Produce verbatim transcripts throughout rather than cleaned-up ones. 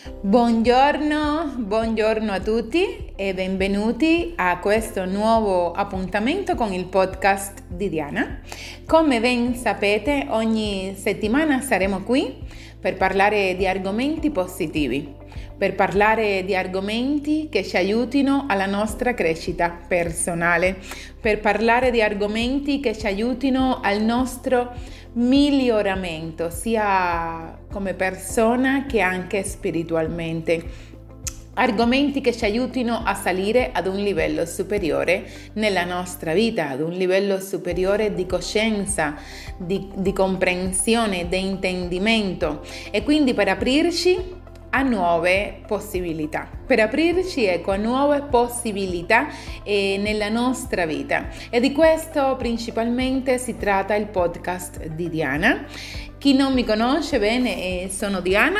Buongiorno, buongiorno a tutti e benvenuti a questo nuovo appuntamento con il podcast di Diana. Come ben sapete, ogni settimana saremo qui per parlare di argomenti positivi, per parlare di argomenti che ci aiutino alla nostra crescita personale, per parlare di argomenti che ci aiutino al nostro miglioramento, sia come persona che anche spiritualmente. Argomenti che ci aiutino a salire ad un livello superiore nella nostra vita, ad un livello superiore di coscienza, di, di comprensione, di intendimento e quindi per aprirci a nuove possibilità, per aprirci ecco, a nuove possibilità eh, nella nostra vita. E di questo principalmente si tratta il podcast di Diana. Chi non mi conosce bene, eh, sono Diana,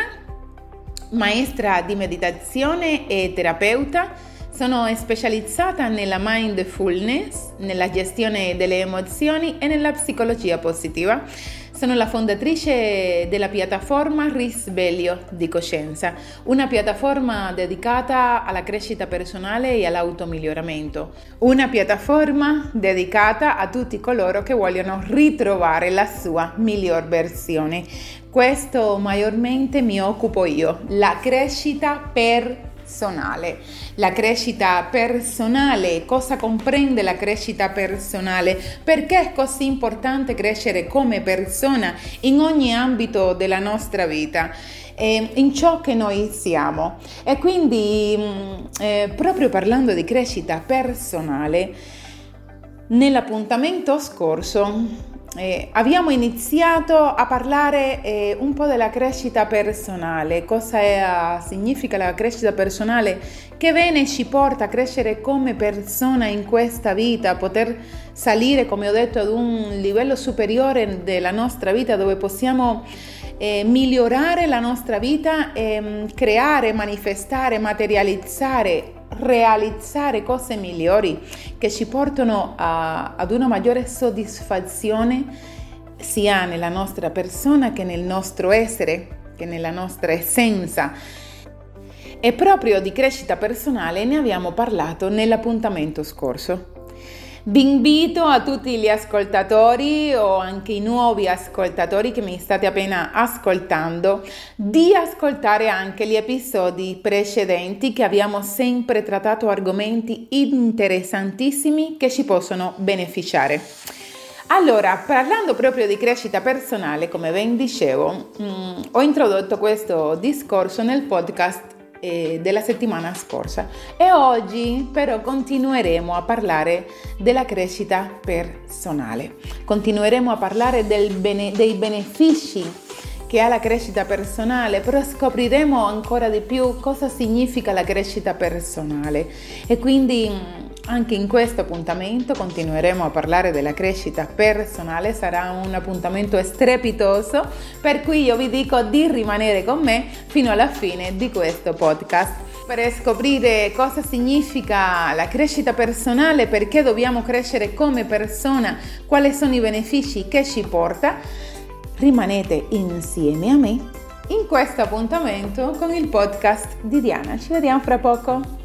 maestra di meditazione e terapeuta. Sono specializzata nella mindfulness, nella gestione delle emozioni e nella psicologia positiva. Sono la fondatrice della piattaforma Risveglio di Coscienza, una piattaforma dedicata alla crescita personale e all'automiglioramento. Una piattaforma dedicata a tutti coloro che vogliono ritrovare la sua miglior versione. Questo maggiormente mi occupo io, la crescita personale. Personale. La crescita personale, cosa comprende la crescita personale? Perché è così importante crescere come persona in ogni ambito della nostra vita, eh, in ciò che noi siamo. E quindi, eh, proprio parlando di crescita personale, nell'appuntamento scorso Eh, abbiamo iniziato a parlare eh, un po' della crescita personale, cosa è, significa la crescita personale, che bene ci porta a crescere come persona in questa vita, a poter salire, come ho detto, ad un livello superiore della nostra vita dove possiamo eh, migliorare la nostra vita, eh, creare, manifestare, materializzare, realizzare cose migliori che ci portano a, ad una maggiore soddisfazione sia nella nostra persona che nel nostro essere, che nella nostra essenza. E proprio di crescita personale ne abbiamo parlato nell'appuntamento scorso. Vi invito a tutti gli ascoltatori o anche i nuovi ascoltatori che mi state appena ascoltando di ascoltare anche gli episodi precedenti che abbiamo sempre trattato argomenti interessantissimi che ci possono beneficiare. Allora, parlando proprio di crescita personale, come ben dicevo, mh, ho introdotto questo discorso nel podcast della settimana scorsa e oggi però continueremo a parlare della crescita personale, continueremo a parlare del bene, dei benefici che ha la crescita personale, però scopriremo ancora di più cosa significa la crescita personale e quindi anche in questo appuntamento continueremo a parlare della crescita personale. Sarà un appuntamento strepitoso, per cui io vi dico di rimanere con me fino alla fine di questo podcast per scoprire cosa significa la crescita personale, perché dobbiamo crescere come persona, quali sono i benefici che ci porta. Rimanete insieme a me in questo appuntamento con il podcast di Diana. Ci vediamo fra poco.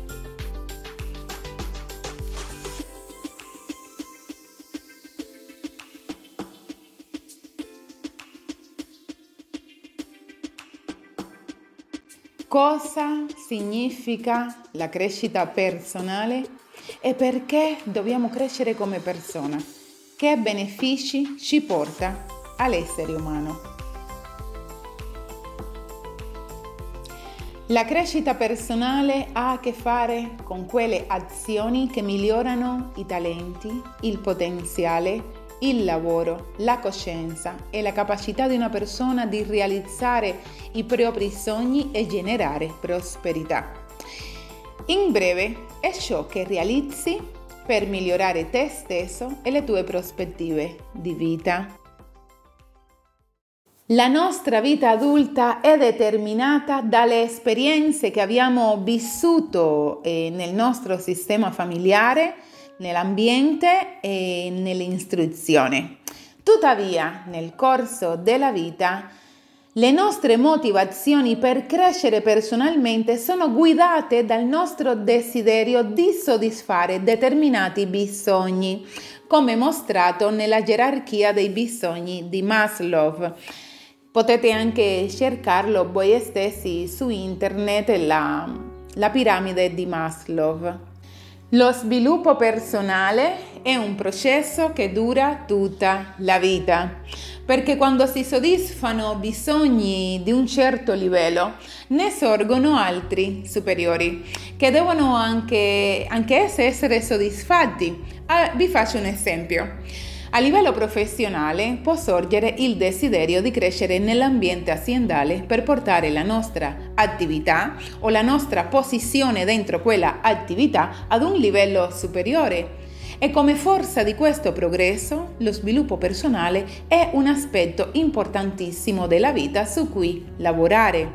Cosa significa la crescita personale e perché dobbiamo crescere come persona? Che benefici ci porta all'essere umano? La crescita personale ha a che fare con quelle azioni che migliorano i talenti, il potenziale, il lavoro, la coscienza e la capacità di una persona di realizzare i propri sogni e generare prosperità. In breve, è ciò che realizzi per migliorare te stesso e le tue prospettive di vita. La nostra vita adulta è determinata dalle esperienze che abbiamo vissuto eh, nel nostro sistema familiare, nell'ambiente e nell'istruzione. Tuttavia, nel corso della vita Le nostre motivazioni per crescere personalmente sono guidate dal nostro desiderio di soddisfare determinati bisogni, come mostrato nella gerarchia dei bisogni di Maslow. Potete anche cercarlo voi stessi su internet, la, la piramide di Maslow. Lo sviluppo personale è un processo che dura tutta la vita, perché quando si soddisfano bisogni di un certo livello, ne sorgono altri superiori, che devono anche, anche essere soddisfatti. Ah, vi faccio un esempio. A livello professionale può sorgere il desiderio di crescere nell'ambiente aziendale per portare la nostra attività o la nostra posizione dentro quella attività ad un livello superiore. E come forza di questo progresso, lo sviluppo personale è un aspetto importantissimo della vita su cui lavorare.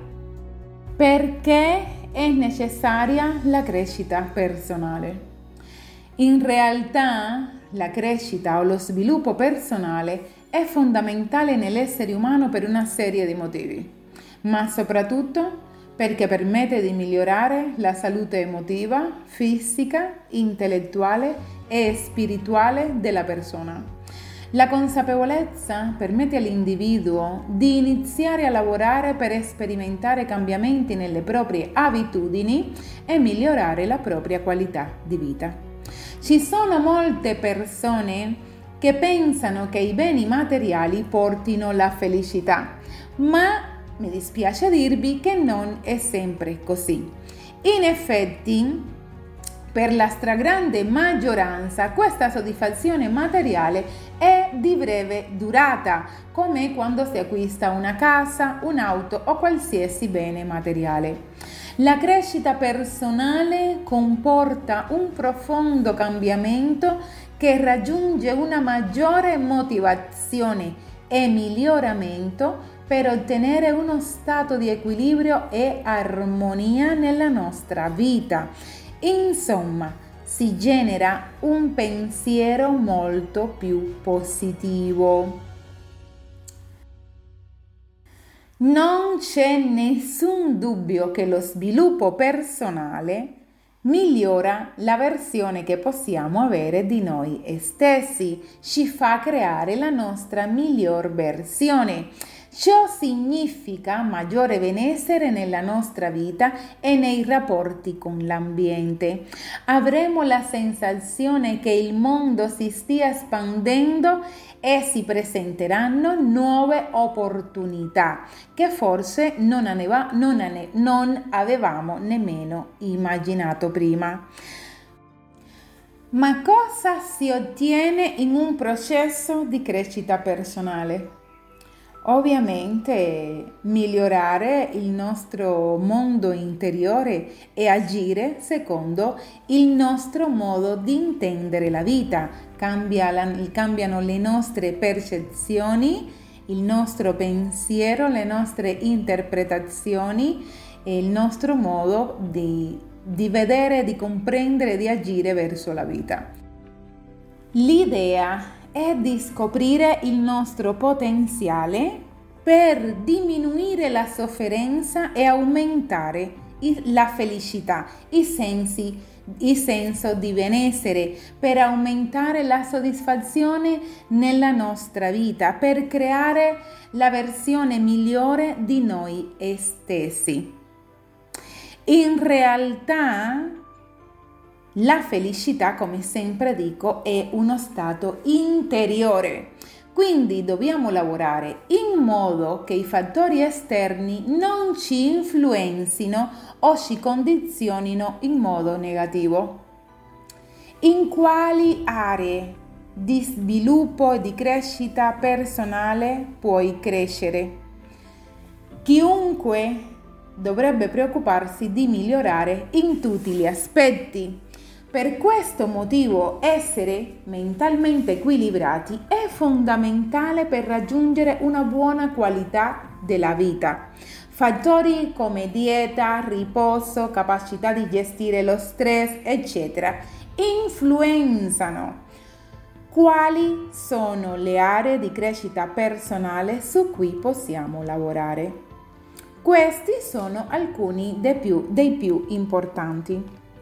Perché è necessaria la crescita personale? In realtà, la crescita o lo sviluppo personale è fondamentale nell'essere umano per una serie di motivi, ma soprattutto perché permette di migliorare la salute emotiva, fisica, intellettuale e spirituale della persona. La consapevolezza permette all'individuo di iniziare a lavorare per sperimentare cambiamenti nelle proprie abitudini e migliorare la propria qualità di vita. Ci sono molte persone che pensano che i beni materiali portino la felicità, ma mi dispiace dirvi che non è sempre così. In effetti, per la stragrande maggioranza, questa soddisfazione materiale è di breve durata, come quando si acquista una casa, un'auto o qualsiasi bene materiale. La crescita personale comporta un profondo cambiamento che raggiunge una maggiore motivazione e miglioramento per ottenere uno stato di equilibrio e armonia nella nostra vita. Insomma, si genera un pensiero molto più positivo. Non c'è nessun dubbio che lo sviluppo personale migliora la versione che possiamo avere di noi stessi, ci fa creare la nostra miglior versione. Ciò significa maggiore benessere nella nostra vita e nei rapporti con l'ambiente. Avremo la sensazione che il mondo si stia espandendo e si presenteranno nuove opportunità che forse non, aveva, non, ane, non avevamo nemmeno immaginato prima. Ma cosa si ottiene in un processo di crescita personale? Ovviamente migliorare il nostro mondo interiore e agire secondo il nostro modo di intendere la vita. Cambia la, cambiano le nostre percezioni, il nostro pensiero, le nostre interpretazioni e il nostro modo di, di vedere, di comprendere, di agire verso la vita. L'idea è di scoprire il nostro potenziale per diminuire la sofferenza e aumentare la felicità, i sensi, il senso di benessere, per aumentare la soddisfazione nella nostra vita, per creare la versione migliore di noi stessi. In realtà, la felicità, come sempre dico, è uno stato interiore, quindi dobbiamo lavorare in modo che i fattori esterni non ci influenzino o ci condizionino in modo negativo. In quali aree di sviluppo e di crescita personale puoi crescere? Chiunque dovrebbe preoccuparsi di migliorare in tutti gli aspetti. Per questo motivo essere mentalmente equilibrati è fondamentale per raggiungere una buona qualità della vita. Fattori come dieta, riposo, capacità di gestire lo stress, eccetera, influenzano Quali sono le aree di crescita personale su cui possiamo lavorare? Questi sono alcuni dei più, dei più importanti.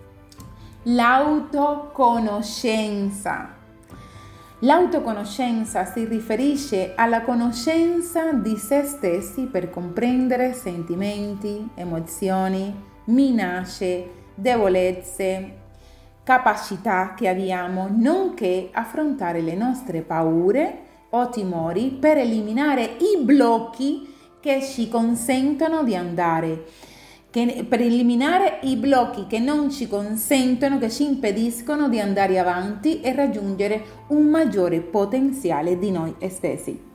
L'autoconoscenza. L'autoconoscenza si riferisce alla conoscenza di se stessi per comprendere sentimenti, emozioni, minacce, debolezze, capacità che abbiamo, nonché affrontare le nostre paure o timori per eliminare i blocchi che ci consentono di andare, che, per eliminare i blocchi che non ci consentono, che ci impediscono di andare avanti e raggiungere un maggiore potenziale di noi stessi.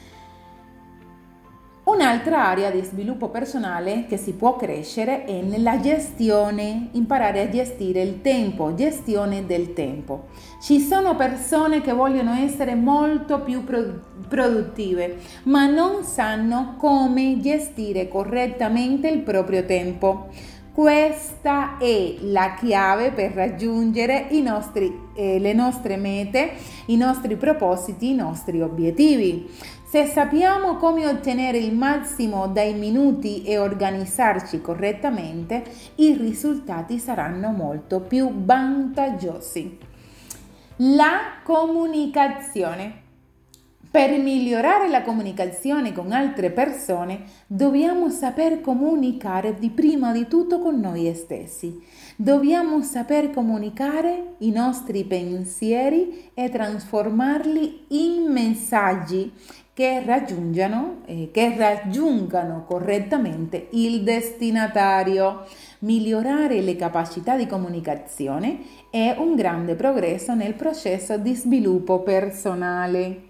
Un'altra area di sviluppo personale che si può crescere è nella gestione, imparare a gestire il tempo, gestione del tempo. Ci sono persone che vogliono essere molto più produttive, ma non sanno come gestire correttamente il proprio tempo. Questa è la chiave per raggiungere i nostri, eh, le nostre mete, i nostri propositi, i nostri obiettivi. Se sappiamo come ottenere il massimo dai minuti e organizzarci correttamente, i risultati saranno molto più vantaggiosi. La comunicazione. Per migliorare la comunicazione con altre persone, dobbiamo saper comunicare di prima di tutto con noi stessi. Dobbiamo saper comunicare i nostri pensieri e trasformarli in messaggi che raggiungano, eh, che raggiungano correttamente il destinatario. Migliorare le capacità di comunicazione è un grande progresso nel processo di sviluppo personale.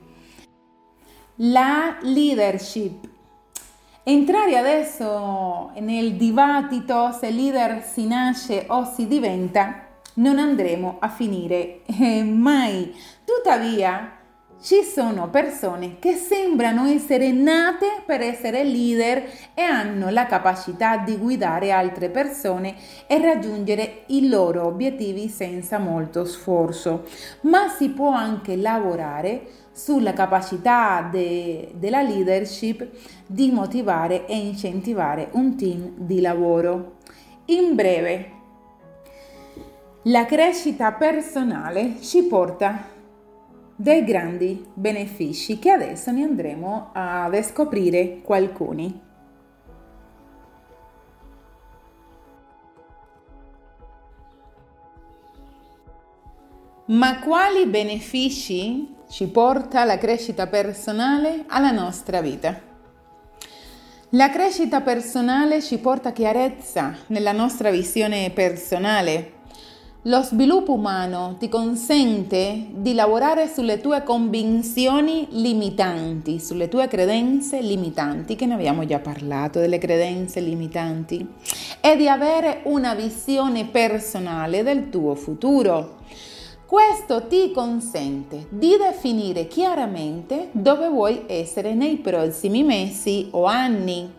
La leadership. Entrare adesso nel dibattito se leader si nasce o si diventa, non andremo a finire eh, mai. Tuttavia, ci sono persone che sembrano essere nate per essere leader e hanno la capacità di guidare altre persone e raggiungere i loro obiettivi senza molto sforzo, ma si può anche lavorare sulla capacità de, della leadership di motivare e incentivare un team di lavoro. In breve, la crescita personale ci porta dei grandi benefici che adesso ne andremo a scoprire alcuni. Ma quali benefici ci porta la crescita personale alla nostra vita? La crescita personale ci porta chiarezza nella nostra visione personale. Lo sviluppo umano ti consente di lavorare sulle tue convinzioni limitanti, sulle tue credenze limitanti, che ne abbiamo già parlato delle credenze limitanti, e di avere una visione personale del tuo futuro. Questo ti consente di definire chiaramente dove vuoi essere nei prossimi mesi o anni.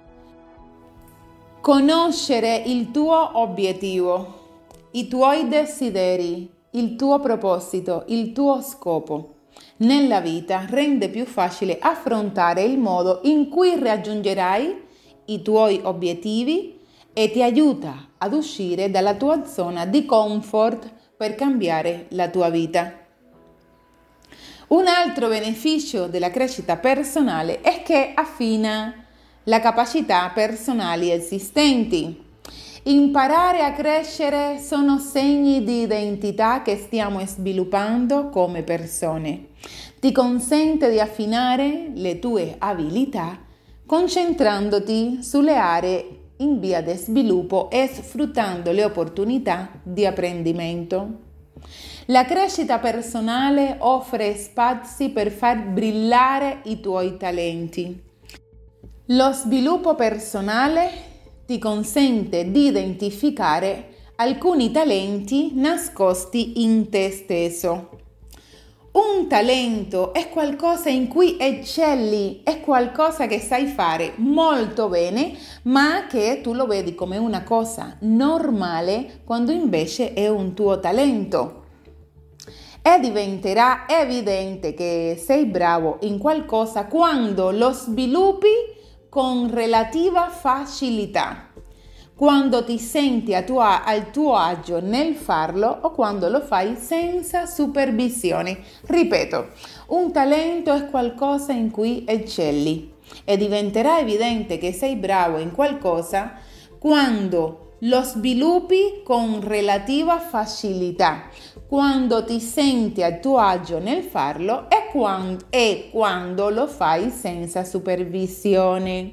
Conoscere il tuo obiettivo, i tuoi desideri, il tuo proposito, il tuo scopo nella vita rende più facile affrontare il modo in cui raggiungerai i tuoi obiettivi e ti aiuta ad uscire dalla tua zona di comfort per cambiare la tua vita. Un altro beneficio della crescita personale è che affina le capacità personali esistenti. Imparare a crescere sono segni di identità che stiamo sviluppando come persone. Ti consente di affinare le tue abilità concentrandoti sulle aree in via di sviluppo e sfruttando le opportunità di apprendimento. La crescita personale offre spazi per far brillare i tuoi talenti. Lo sviluppo personale ti consente di identificare alcuni talenti nascosti in te stesso. Un talento è qualcosa in cui eccelli, è qualcosa che sai fare molto bene, ma che tu lo vedi come una cosa normale quando invece è un tuo talento. e diventerà evidente che sei bravo in qualcosa quando lo sviluppi con relativa facilità, quando ti senti a tuo, al tuo agio nel farlo o quando lo fai senza supervisione. Ripeto, un talento è qualcosa in cui eccelli e diventerà evidente che sei bravo in qualcosa quando lo sviluppi con relativa facilità, quando ti senti a tuo agio nel farlo e quando, e quando lo fai senza supervisione.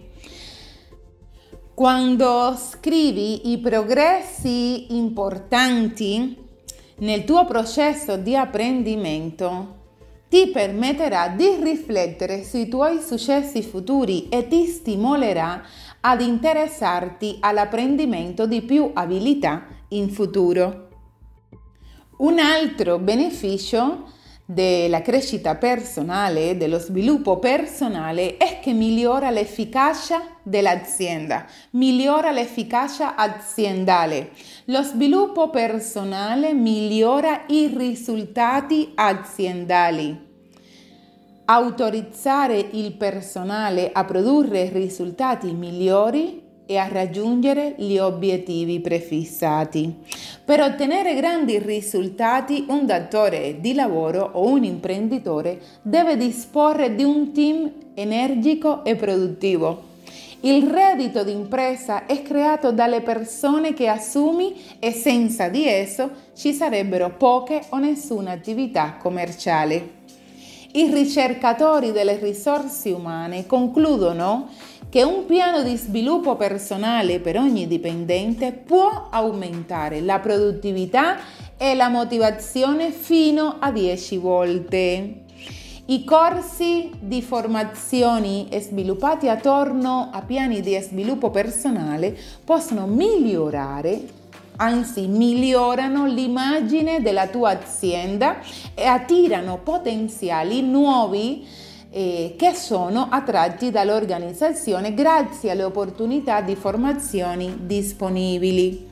Quando scrivi i progressi importanti nel tuo processo di apprendimento, ti permetterà di riflettere sui tuoi successi futuri e ti stimolerà ad interessarti all'apprendimento di più abilità in futuro. Un altro beneficio della crescita personale, dello sviluppo personale, è che migliora l'efficacia dell'azienda, migliora l'efficacia aziendale. Lo sviluppo personale migliora i risultati aziendali. Autorizzare il personale a produrre risultati migliori e a raggiungere gli obiettivi prefissati. Per ottenere grandi risultati, un datore di lavoro o un imprenditore deve disporre di un team energico e produttivo. Il reddito d'impresa è creato dalle persone che assumi e senza di esso ci sarebbero poche o nessuna attività commerciale. I ricercatori delle risorse umane concludono che un piano di sviluppo personale per ogni dipendente può aumentare la produttività e la motivazione fino a dieci volte. I corsi di formazione sviluppati attorno a piani di sviluppo personale possono migliorare anzi migliorano l'immagine della tua azienda e attirano potenziali nuovi eh, che sono attratti dall'organizzazione grazie alle opportunità di formazioni disponibili.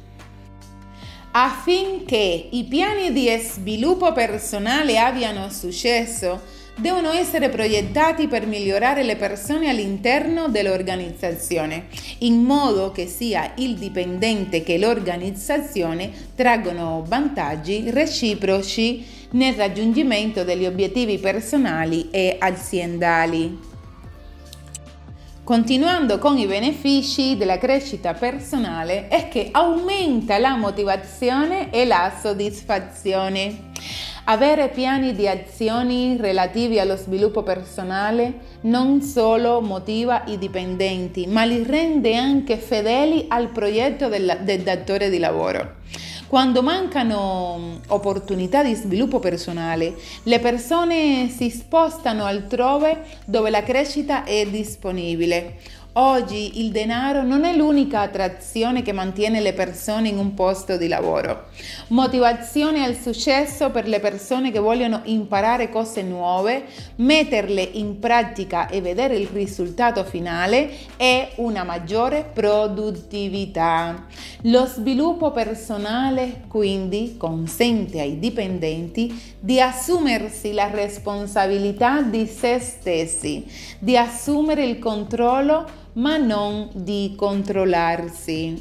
Affinché i piani di sviluppo personale abbiano successo, devono essere proiettati per migliorare le persone all'interno dell'organizzazione, in modo che sia il dipendente che l'organizzazione traggano vantaggi reciproci nel raggiungimento degli obiettivi personali e aziendali. Continuando con i benefici della crescita personale, è che aumenta la motivazione e la soddisfazione. Avere piani di azioni relativi allo sviluppo personale non solo motiva i dipendenti, ma li rende anche fedeli al progetto del, del datore di lavoro. Quando mancano opportunità di sviluppo personale, le persone si spostano altrove dove la crescita è disponibile. Oggi il denaro non è l'unica attrazione che mantiene le persone in un posto di lavoro. Motivazione al successo per le persone che vogliono imparare cose nuove, metterle in pratica e vedere il risultato finale è una maggiore produttività. Lo sviluppo personale quindi consente ai dipendenti di assumersi la responsabilità di se stessi, di assumere il controllo ma non di controllarsi.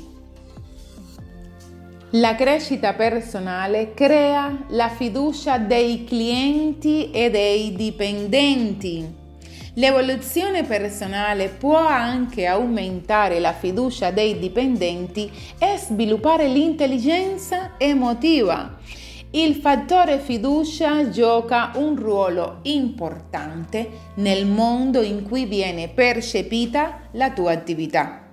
La crescita personale crea la fiducia dei clienti e dei dipendenti. L'evoluzione personale può anche aumentare la fiducia dei dipendenti e sviluppare l'intelligenza emotiva. Il fattore fiducia gioca un ruolo importante nel mondo in cui viene percepita la tua attività.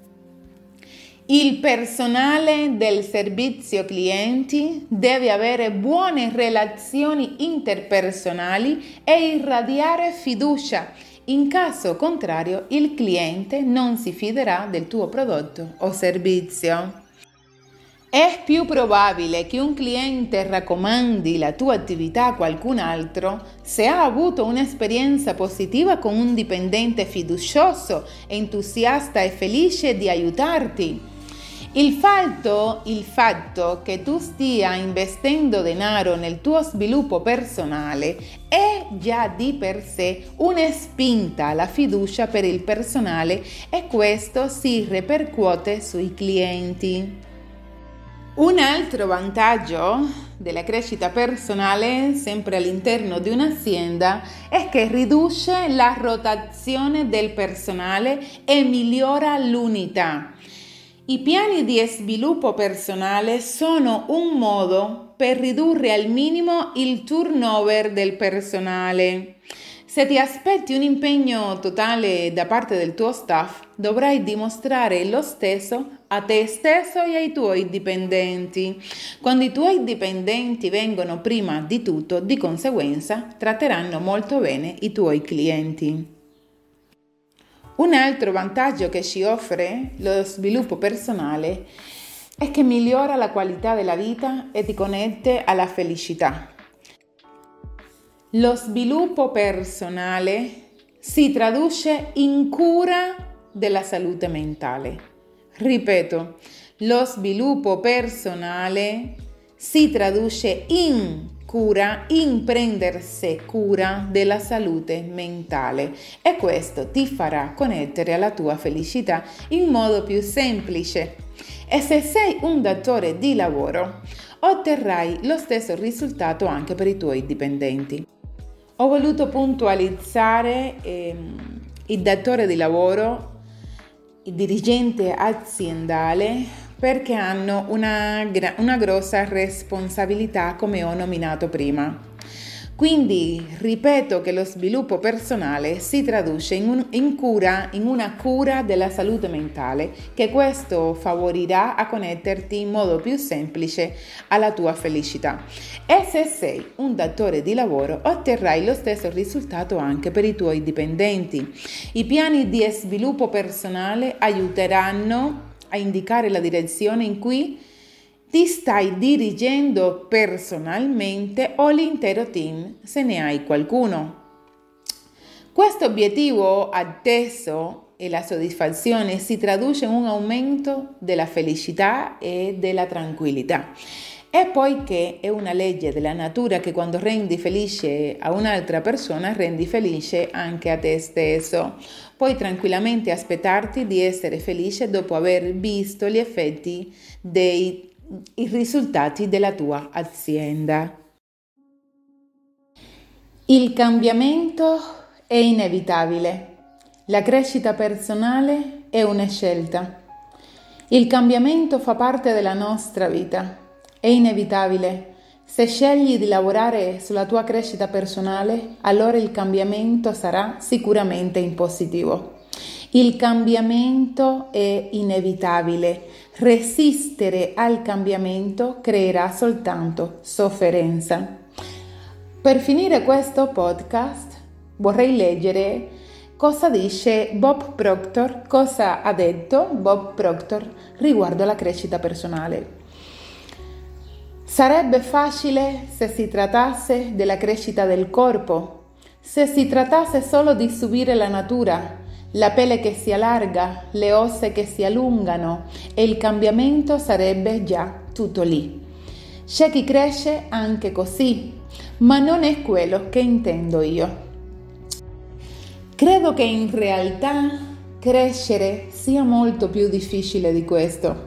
Il personale del servizio clienti deve avere buone relazioni interpersonali e irradiare fiducia. In caso contrario, il cliente non si fiderà del tuo prodotto o servizio. È più probabile che un cliente raccomandi la tua attività a qualcun altro se ha avuto un'esperienza positiva con un dipendente fiducioso, entusiasta e felice di aiutarti. Il fatto, il fatto che tu stia investendo denaro nel tuo sviluppo personale è già di per sé una spinta alla fiducia per il personale e questo si ripercuote sui clienti. Un altro vantaggio della crescita personale, sempre all'interno di un'azienda, è che riduce la rotazione del personale e migliora l'unità. I piani di sviluppo personale sono un modo per ridurre al minimo il turnover del personale. Se ti aspetti un impegno totale da parte del tuo staff, dovrai dimostrare lo stesso a te stesso e ai tuoi dipendenti. Quando i tuoi dipendenti vengono prima di tutto, di conseguenza, tratteranno molto bene i tuoi clienti. Un altro vantaggio che ci offre lo sviluppo personale è che migliora la qualità della vita e ti connette alla felicità. Lo sviluppo personale si traduce in cura della salute mentale. Ripeto, lo sviluppo personale si traduce in cura, in prendersi cura della salute mentale e questo ti farà connettere alla tua felicità in modo più semplice. E se sei un datore di lavoro, otterrai lo stesso risultato anche per i tuoi dipendenti. Ho voluto puntualizzare ehm, il datore di lavoro, il dirigente aziendale, perché hanno una, una grossa responsabilità, come ho nominato prima. Quindi ripeto che lo sviluppo personale si traduce in, un, in, cura, in una cura della salute mentale, che questo favorirà a connetterti in modo più semplice alla tua felicità. E se sei un datore di lavoro, otterrai lo stesso risultato anche per i tuoi dipendenti. I piani di sviluppo personale aiuteranno a indicare la direzione in cui ti stai dirigendo personalmente o l'intero team, se ne hai qualcuno. Questo obiettivo atteso e la soddisfazione si traduce in un aumento della felicità e della tranquillità. E poiché è una legge della natura che quando rendi felice a un'altra persona, rendi felice anche a te stesso. Puoi tranquillamente aspettarti di essere felice dopo aver visto gli effetti dei i risultati della tua azienda. Il cambiamento è inevitabile. La crescita personale è una scelta. Il cambiamento fa parte della nostra vita. È inevitabile. Se scegli di lavorare sulla tua crescita personale, allora il cambiamento sarà sicuramente in positivo. Il cambiamento è inevitabile. Resistere al cambiamento creerà soltanto sofferenza. Per finire questo podcast vorrei leggere cosa dice Bob Proctor, cosa ha detto Bob Proctor riguardo alla crescita personale. Sarebbe facile se si trattasse della crescita del corpo, se si trattasse solo di subire la natura, la pelle che si allarga, le ossa che si allungano e il cambiamento sarebbe già tutto lì. C'è chi cresce anche così, ma non è quello che intendo io. Credo che in realtà crescere sia molto più difficile di questo.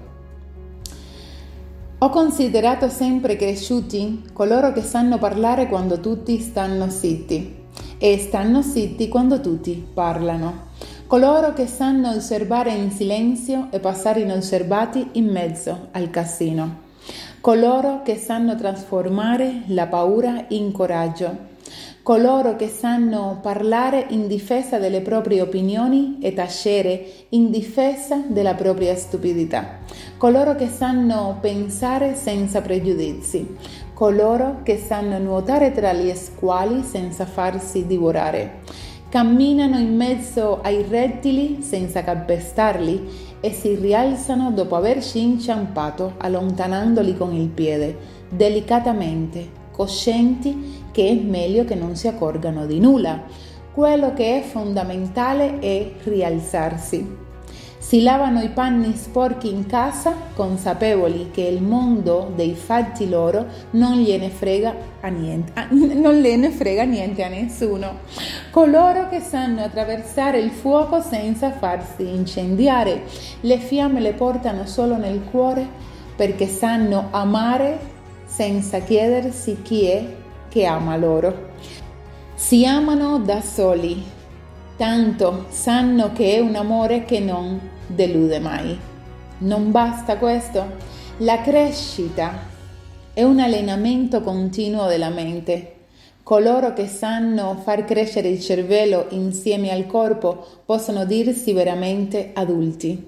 Ho considerato sempre cresciuti coloro che sanno parlare quando tutti stanno zitti e stanno zitti quando tutti parlano. Coloro che sanno osservare in silenzio e passare inosservati in mezzo al casino. Coloro che sanno trasformare la paura in coraggio. Coloro che sanno parlare in difesa delle proprie opinioni e tacere in difesa della propria stupidità. Coloro che sanno pensare senza pregiudizi. Coloro che sanno nuotare tra gli squali senza farsi divorare. Camminano in mezzo ai rettili senza calpestarli e si rialzano dopo averci inciampato allontanandoli con il piede, delicatamente, coscienti che è meglio che non si accorgano di nulla. Quello che è fondamentale è rialzarsi. Si lavano i panni sporchi in casa, consapevoli che il mondo dei fatti loro non gliene frega a niente, non gliene frega niente a nessuno. Coloro che sanno attraversare il fuoco senza farsi incendiare, le fiamme le portano solo nel cuore perché sanno amare senza chiedersi chi è che ama loro. Si amano da soli, tanto sanno che è un amore che non delude mai. Non basta questo? La crescita è un allenamento continuo della mente. Coloro che sanno far crescere il cervello insieme al corpo possono dirsi veramente adulti.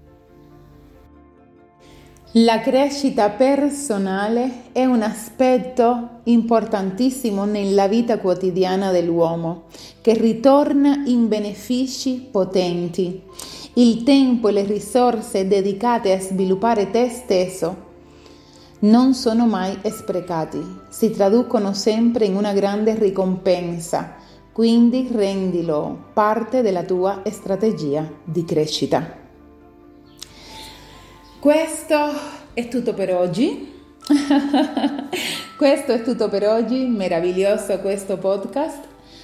La crescita personale è un aspetto importantissimo nella vita quotidiana dell'uomo, che ritorna in benefici potenti. Il tempo e le risorse dedicate a sviluppare te stesso non sono mai sprecati, si traducono sempre in una grande ricompensa, quindi rendilo parte della tua strategia di crescita. Questo è tutto per oggi. Questo è tutto per oggi, meraviglioso questo podcast.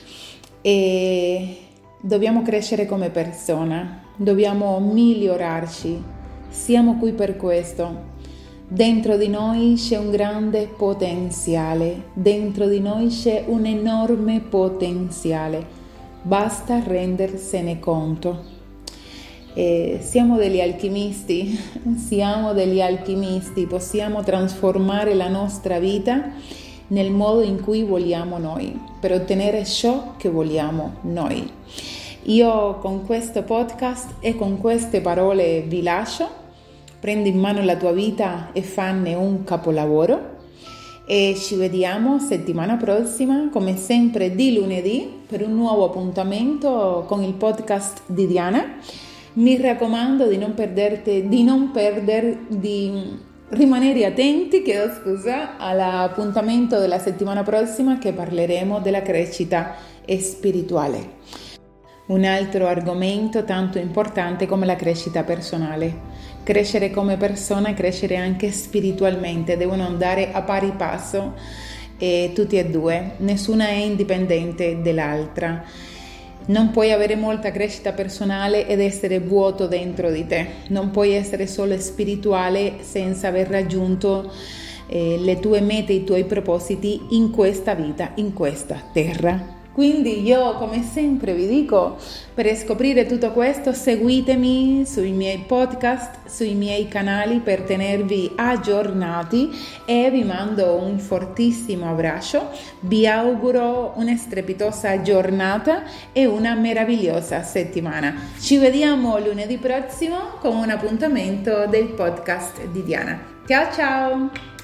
E dobbiamo crescere come persona, dobbiamo migliorarci. Siamo qui per questo. Dentro di noi c'è un grande potenziale, dentro di noi c'è un enorme potenziale. Basta rendersene conto. Eh, siamo degli alchimisti, siamo degli alchimisti, possiamo trasformare la nostra vita nel modo in cui vogliamo noi, per ottenere ciò che vogliamo noi. Io con questo podcast e con queste parole vi lascio, prendi in mano la tua vita e fanne un capolavoro e ci vediamo settimana prossima, come sempre di lunedì, per un nuovo appuntamento con il podcast di Diana. Mi raccomando di non perderti, di non perdere, di rimanere attenti, chiedo scusa, all'appuntamento della settimana prossima che parleremo della crescita spirituale. Un altro argomento tanto importante come la crescita personale. Crescere come persona e crescere anche spiritualmente devono andare a pari passo, eh, tutti e due, nessuna è indipendente dall'altra. Non puoi avere molta crescita personale ed essere vuoto dentro di te. Non puoi essere solo spirituale senza aver raggiunto eh, le tue mete, i tuoi propositi in questa vita, in questa terra. Quindi io, come sempre vi dico, per scoprire tutto questo seguitemi sui miei podcast, sui miei canali per tenervi aggiornati e vi mando un fortissimo abbraccio. Vi auguro una strepitosa giornata e una meravigliosa settimana. Ci vediamo lunedì prossimo con un appuntamento del podcast di Diana. Ciao ciao!